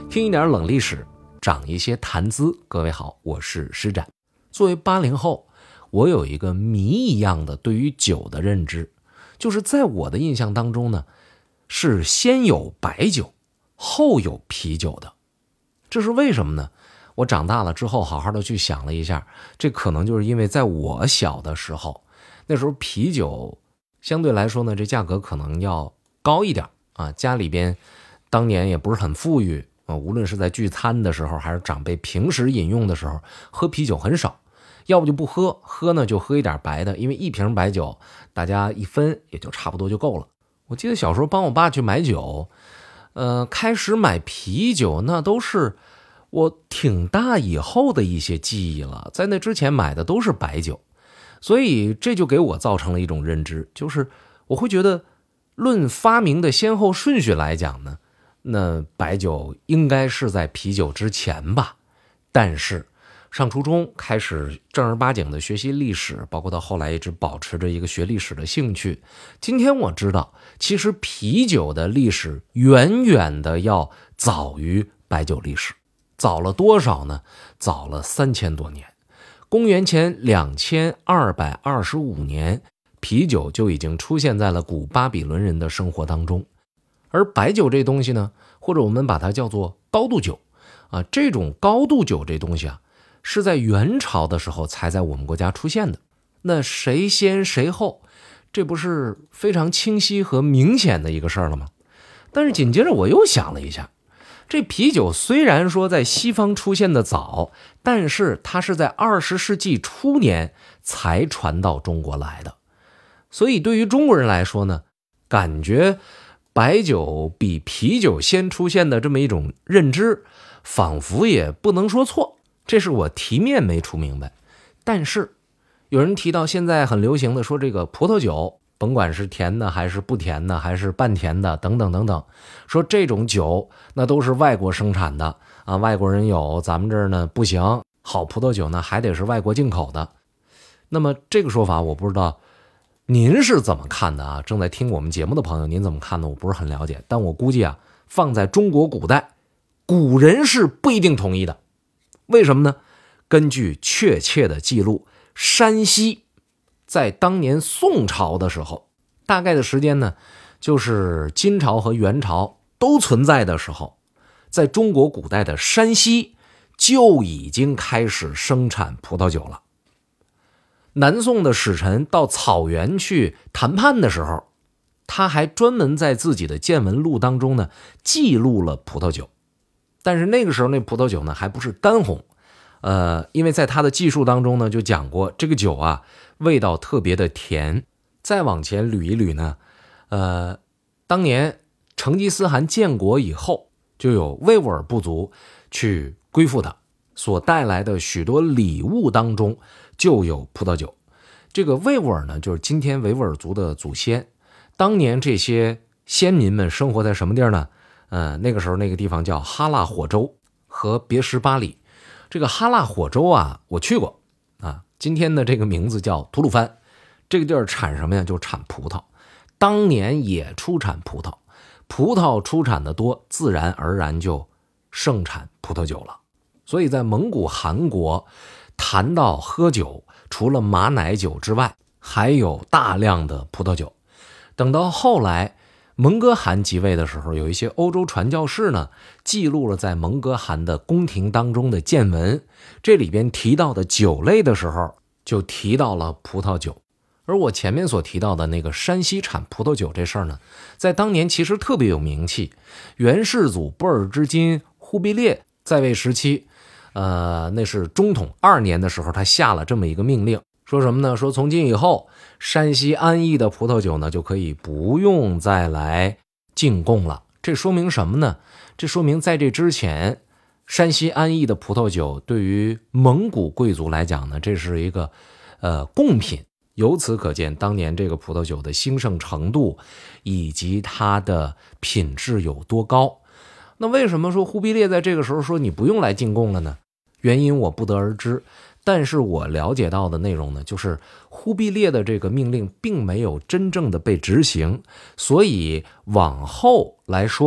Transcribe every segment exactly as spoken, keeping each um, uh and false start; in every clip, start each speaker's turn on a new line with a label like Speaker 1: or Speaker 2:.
Speaker 1: 听一点冷历史，长一些谈资。各位好，我是施展。作为八零后，我有一个谜一样的对于酒的认知，就是在我的印象当中呢，是先有白酒，后有啤酒的。这是为什么呢？我长大了之后好好的去想了一下，这可能就是因为在我小的时候，那时候啤酒相对来说呢，这价格可能要高一点啊，家里边当年也不是很富裕啊，无论是在聚餐的时候，还是长辈平时饮用的时候，喝啤酒很少，要不就不喝，喝呢就喝一点白的，因为一瓶白酒大家一分也就差不多就够了。我记得小时候帮我爸去买酒，呃，开始买啤酒那都是我挺大以后的一些记忆了，在那之前买的都是白酒，所以这就给我造成了一种认知，就是我会觉得论发明的先后顺序来讲呢，那白酒应该是在啤酒之前吧。但是上初中开始正儿八经的学习历史，包括到后来一直保持着一个学历史的兴趣，今天我知道其实啤酒的历史远远的要早于白酒历史。早了多少呢？早了三千多年。公元前两千二百二十五年，啤酒就已经出现在了古巴比伦人的生活当中。而白酒这东西呢，或者我们把它叫做高度酒啊，这种高度酒这东西啊，是在元朝的时候才在我们国家出现的。那谁先谁后，这不是非常清晰和明显的一个事儿了吗？但是紧接着我又想了一下，这啤酒虽然说在西方出现的早，但是它是在二十世纪初年才传到中国来的。所以对于中国人来说呢，感觉白酒比啤酒先出现的这么一种认知，仿佛也不能说错，这是我题面没出明白。但是有人提到现在很流行的说这个葡萄酒，甭管是甜的还是不甜的还是半甜的等等等等，说这种酒那都是外国生产的啊，外国人有，咱们这儿呢不行，好葡萄酒呢还得是外国进口的。那么这个说法我不知道您是怎么看的啊？正在听我们节目的朋友您怎么看呢？我不是很了解，但我估计啊，放在中国古代，古人是不一定同意的。为什么呢？根据确切的记录，山西在当年宋朝的时候，大概的时间呢，就是金朝和元朝都存在的时候，在中国古代的山西就已经开始生产葡萄酒了。南宋的使臣到草原去谈判的时候，他还专门在自己的见闻录当中呢记录了葡萄酒。但是那个时候那葡萄酒呢还不是干红，呃，因为在他的记述当中呢就讲过这个酒啊味道特别的甜。再往前捋一捋呢，呃，当年成吉思汗建国以后，就有维吾尔部族去归附他，所带来的许多礼物当中就有葡萄酒。这个维吾尔呢，就是今天维吾尔族的祖先。当年这些先民们生活在什么地儿呢？呃，那个时候那个地方叫哈腊火州和别什巴里。这个哈腊火州啊，我去过啊。今天的这个名字叫吐鲁番。这个地儿产什么呀？就产葡萄。当年也出产葡萄，葡萄出产的多，自然而然就盛产葡萄酒了。所以在蒙古汗国谈到喝酒，除了马奶酒之外，还有大量的葡萄酒。等到后来蒙哥汗即位的时候，有一些欧洲传教士呢记录了在蒙哥汗的宫廷当中的见闻，这里边提到的酒类的时候就提到了葡萄酒。而我前面所提到的那个山西产葡萄酒这事儿呢，在当年其实特别有名气。元世祖布尔之金忽必烈在位时期，呃，那是中统二年的时候，他下了这么一个命令，说什么呢？说从今以后，山西安邑的葡萄酒呢就可以不用再来进贡了。这说明什么呢？这说明在这之前，山西安邑的葡萄酒对于蒙古贵族来讲呢，这是一个呃贡品。由此可见，当年这个葡萄酒的兴盛程度以及它的品质有多高。那为什么说忽必烈在这个时候说你不用来进贡了呢？原因我不得而知，但是我了解到的内容呢，就是忽必烈的这个命令并没有真正的被执行，所以往后来说，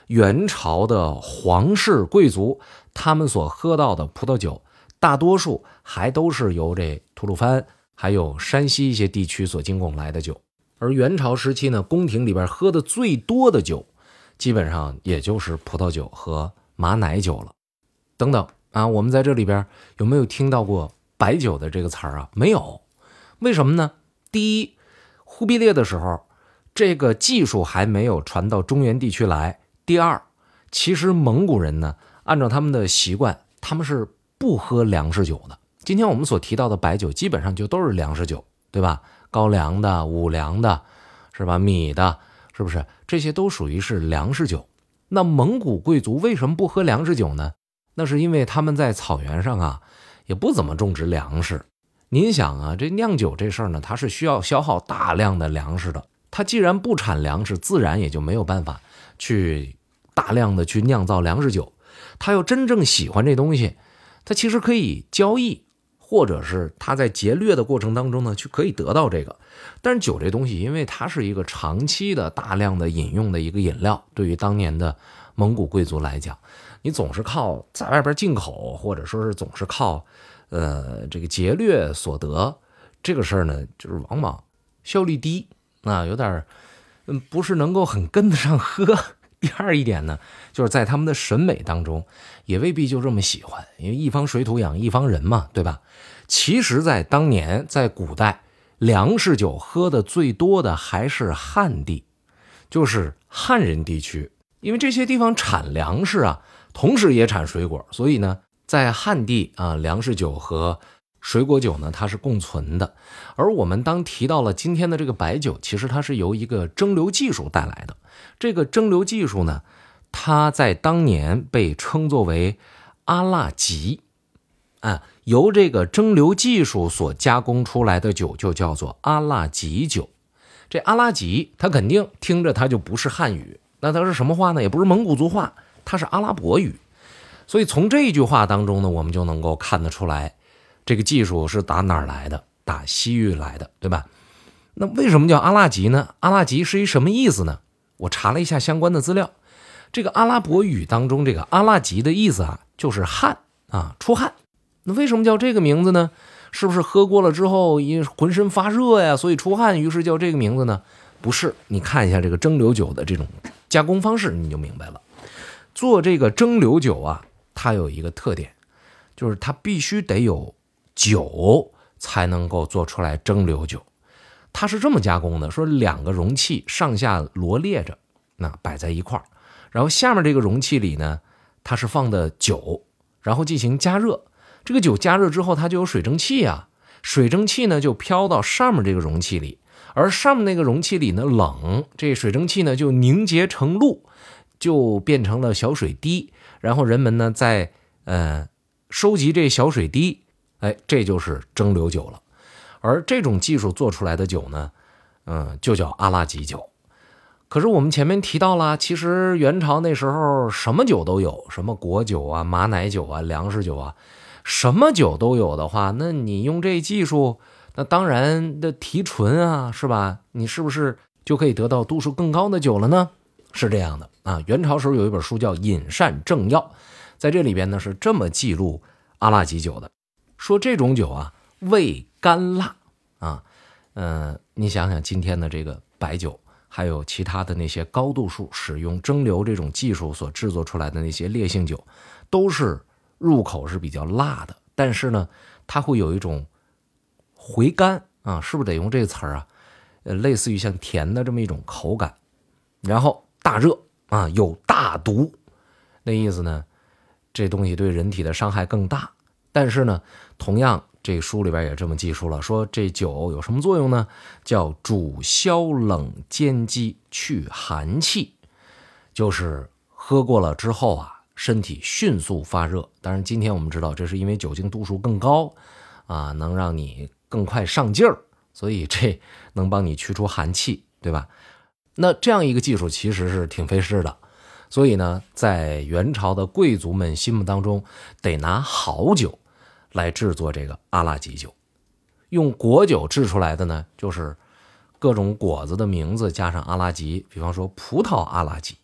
Speaker 1: 元朝的皇室贵族他们所喝到的葡萄酒，大多数还都是由这吐鲁番还有山西一些地区所进贡来的酒。而元朝时期呢，宫廷里边喝的最多的酒，基本上也就是葡萄酒和马奶酒了。等等啊，我们在这里边有没有听到过白酒的这个词儿啊？没有。为什么呢？第一，忽必烈的时候，这个技术还没有传到中原地区来。第二，其实蒙古人呢，按照他们的习惯，他们是不喝粮食酒的。今天我们所提到的白酒，基本上就都是粮食酒，对吧？高粱的、五粮的，是吧？米的，是不是？这些都属于是粮食酒。那蒙古贵族为什么不喝粮食酒呢？那是因为他们在草原上啊，也不怎么种植粮食。您想啊，这酿酒这事儿呢，它是需要消耗大量的粮食的。它既然不产粮食，自然也就没有办法去大量的去酿造粮食酒。他要真正喜欢这东西，他其实可以交易，或者是他在劫掠的过程当中呢，去可以得到这个。但是酒这东西，因为它是一个长期的大量的饮用的一个饮料，对于当年的蒙古贵族来讲，你总是靠在外边进口，或者说是总是靠呃这个劫掠所得，这个事儿呢，就是往往效率低啊，有点嗯不是能够很跟得上喝。第二一点呢，就是在他们的审美当中也未必就这么喜欢，因为一方水土养一方人嘛，对吧？其实在当年，在古代，粮食酒喝的最多的还是汉地，就是汉人地区，因为这些地方产粮食啊，同时也产水果，所以呢，在汉地啊，粮食酒和水果酒呢，它是共存的。而我们当提到了今天的这个白酒，其实它是由一个蒸馏技术带来的。这个蒸馏技术呢，它在当年被称作为阿剌吉啊，由这个蒸馏技术所加工出来的酒就叫做阿剌吉酒。这阿剌吉它肯定听着它就不是汉语，那它是什么话呢？也不是蒙古族话，它是阿拉伯语。所以从这一句话当中呢，我们就能够看得出来，这个技术是打哪儿来的？打西域来的，对吧？那为什么叫阿剌吉呢？阿剌吉是一什么意思呢？我查了一下相关的资料，这个阿拉伯语当中这个阿剌吉的意思啊，就是汗啊，出汗。那为什么叫这个名字呢？是不是喝过了之后因浑身发热呀，所以出汗，于是叫这个名字呢？不是，你看一下这个蒸馏酒的这种加工方式，你就明白了。做这个蒸馏酒啊，它有一个特点，就是它必须得有酒才能够做出来蒸馏酒。它是这么加工的，说两个容器上下罗列着，那摆在一块儿，然后下面这个容器里呢，它是放的酒，然后进行加热。这个酒加热之后，它就有水蒸气啊，水蒸气呢就飘到上面这个容器里，而上面那个容器里呢冷，这水蒸气呢就凝结成露，就变成了小水滴，然后人们呢在呃收集这小水滴，哎，这就是蒸馏酒了。而这种技术做出来的酒呢，嗯，就叫阿剌吉酒。可是我们前面提到了，其实元朝那时候什么酒都有，什么果酒啊、马奶酒啊、粮食酒啊，什么酒都有的话，那你用这技术，那当然的提纯啊，是吧？你是不是就可以得到度数更高的酒了呢？是这样的啊。元朝时候有一本书叫《饮膳正要》，在这里边呢是这么记录阿剌吉酒的，说这种酒啊味甘辣啊，呃，你想想今天的这个白酒，还有其他的那些高度数使用蒸馏这种技术所制作出来的那些烈性酒，都是入口是比较辣的，但是呢，它会有一种回甘啊，是不是得用这个词儿啊？呃，类似于像甜的这么一种口感，然后大热啊，有大毒，那意思呢，这东西对人体的伤害更大。但是呢，同样这书里边也这么记述了，说这酒有什么作用呢？叫主消冷兼积去寒气，就是喝过了之后啊，身体迅速发热。当然今天我们知道这是因为酒精度数更高啊，能让你更快上劲儿，所以这能帮你驱除寒气，对吧？那这样一个技术其实是挺费事的，所以呢，在元朝的贵族们心目当中，得拿好酒来制作这个阿剌吉酒。用果酒制出来的呢，就是各种果子的名字加上阿剌吉，比方说葡萄阿剌吉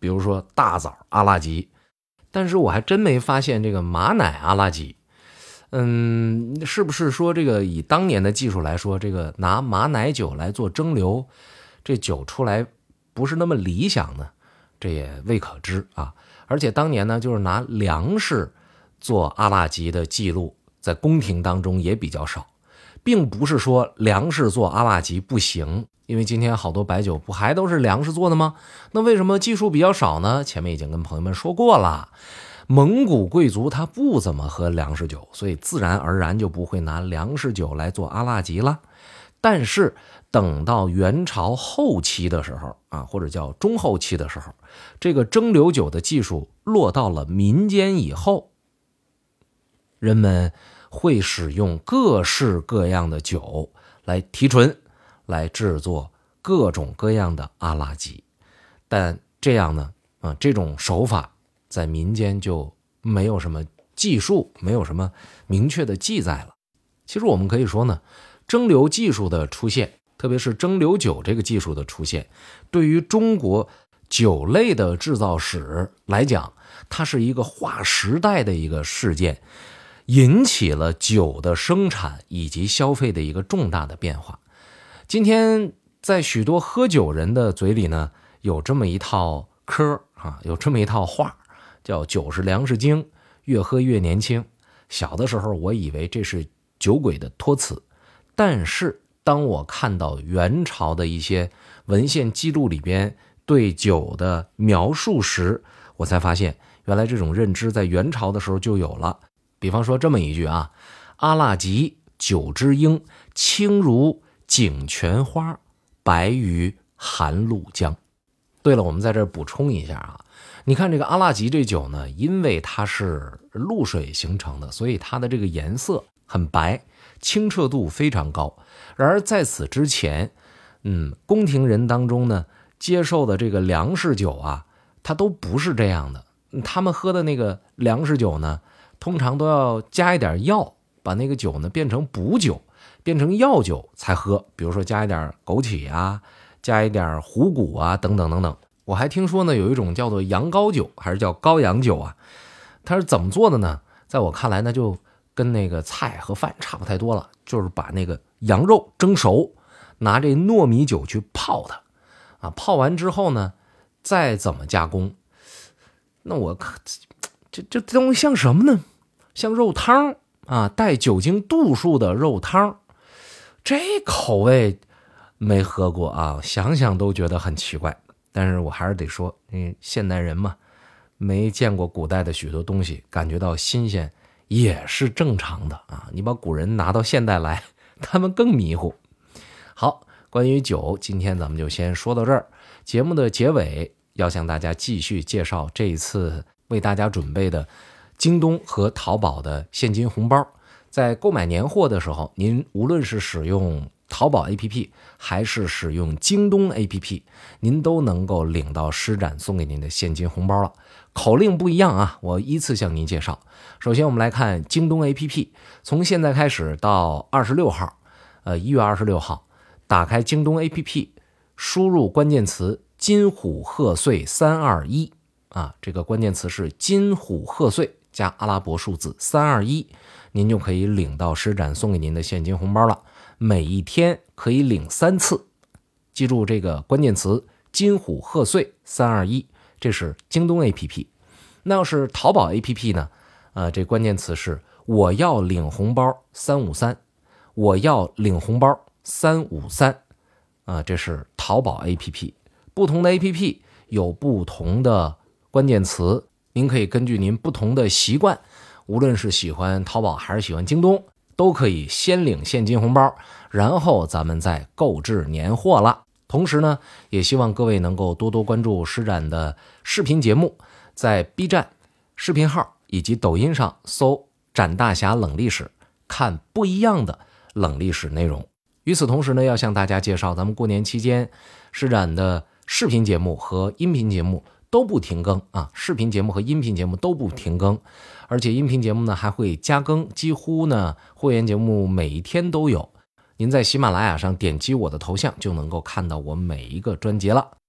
Speaker 1: 比如说大枣阿拉吉，但是我还真没发现这个马奶阿拉吉。嗯，是不是说这个以当年的技术来说，这个拿马奶酒来做蒸馏，这酒出来不是那么理想呢？这也未可知啊。而且当年呢，就是拿粮食做阿拉吉的记录，在宫廷当中也比较少，并不是说粮食做阿拉吉不行，因为今天好多白酒不还都是粮食做的吗？那为什么技术比较少呢？前面已经跟朋友们说过了，蒙古贵族他不怎么喝粮食酒，所以自然而然就不会拿粮食酒来做阿拉吉了。但是等到元朝后期的时候啊，或者叫中后期的时候，这个蒸馏酒的技术落到了民间以后，人们会使用各式各样的酒来提纯，来制作各种各样的阿拉吉。但这样呢，啊，这种手法在民间就没有什么技术，没有什么明确的记载了。其实我们可以说呢，蒸馏技术的出现，特别是蒸馏酒这个技术的出现，对于中国酒类的制造史来讲，它是一个划时代的一个事件，引起了酒的生产以及消费的一个重大的变化。今天在许多喝酒人的嘴里呢，有这么一套嗑啊，有这么一套话，叫酒是粮食精，越喝越年轻。小的时候我以为这是酒鬼的托词，但是当我看到元朝的一些文献记录里边对酒的描述时，我才发现原来这种认知在元朝的时候就有了。比方说这么一句啊，阿拉吉酒之英，清如井泉花，白于寒露江。对了，我们在这儿补充一下啊，你看这个阿拉吉这酒呢，因为它是露水形成的，所以它的这个颜色很白，清澈度非常高。然而在此之前，嗯，宫廷人当中呢，接受的这个粮食酒啊，它都不是这样的。他们喝的那个粮食酒呢，通常都要加一点药，把那个酒呢变成补酒，变成药酒才喝。比如说加一点枸杞啊，加一点虎骨啊，等等等等。我还听说呢，有一种叫做羊羔酒，还是叫羔羊酒啊，它是怎么做的呢？在我看来呢，就跟那个菜和饭差不太多了，就是把那个羊肉蒸熟，拿这糯米酒去泡它啊，泡完之后呢，再怎么加工。那我看这这东西像什么呢？像肉汤啊，带酒精度数的肉汤。这口味没喝过啊，想想都觉得很奇怪。但是我还是得说，嗯，现代人嘛，没见过古代的许多东西，感觉到新鲜也是正常的啊。你把古人拿到现代来，他们更迷糊。好，关于酒，今天咱们就先说到这儿。节目的结尾要向大家继续介绍这一次为大家准备的京东和淘宝的现金红包。在购买年货的时候，您无论是使用淘宝 A P P 还是使用京东 A P P， 您都能够领到施展送给您的现金红包了。口令不一样啊，我依次向您介绍。首先我们来看京东 A P P， 从现在开始到二十六号，呃，一月二十六号，打开京东 A P P， 输入关键词金虎贺岁三二一啊，这个关键词是金虎贺岁加阿拉伯数字三二一，您就可以领到施展送给您的现金红包了。每一天可以领三次，记住这个关键词金虎贺岁三二一，这是京东 A P P。 那要是淘宝 A P P 呢，呃，这关键词是我要领红包三五三，我要领红包三五三，啊，这是淘宝 A P P。 不同的 A P P 有不同的关键词，您可以根据您不同的习惯，无论是喜欢淘宝还是喜欢京东，都可以先领现金红包，然后咱们再购置年货了。同时呢，也希望各位能够多多关注施展的视频节目，在 B 站视频号以及抖音上搜展大侠冷历史，看不一样的冷历史内容。与此同时呢，要向大家介绍咱们过年期间施展的视频节目和音频节目都不停更啊，视频节目和音频节目都不停更，而且音频节目呢还会加更，几乎呢会员节目每一天都有。您在喜马拉雅上点击我的头像就能够看到我每一个专辑了。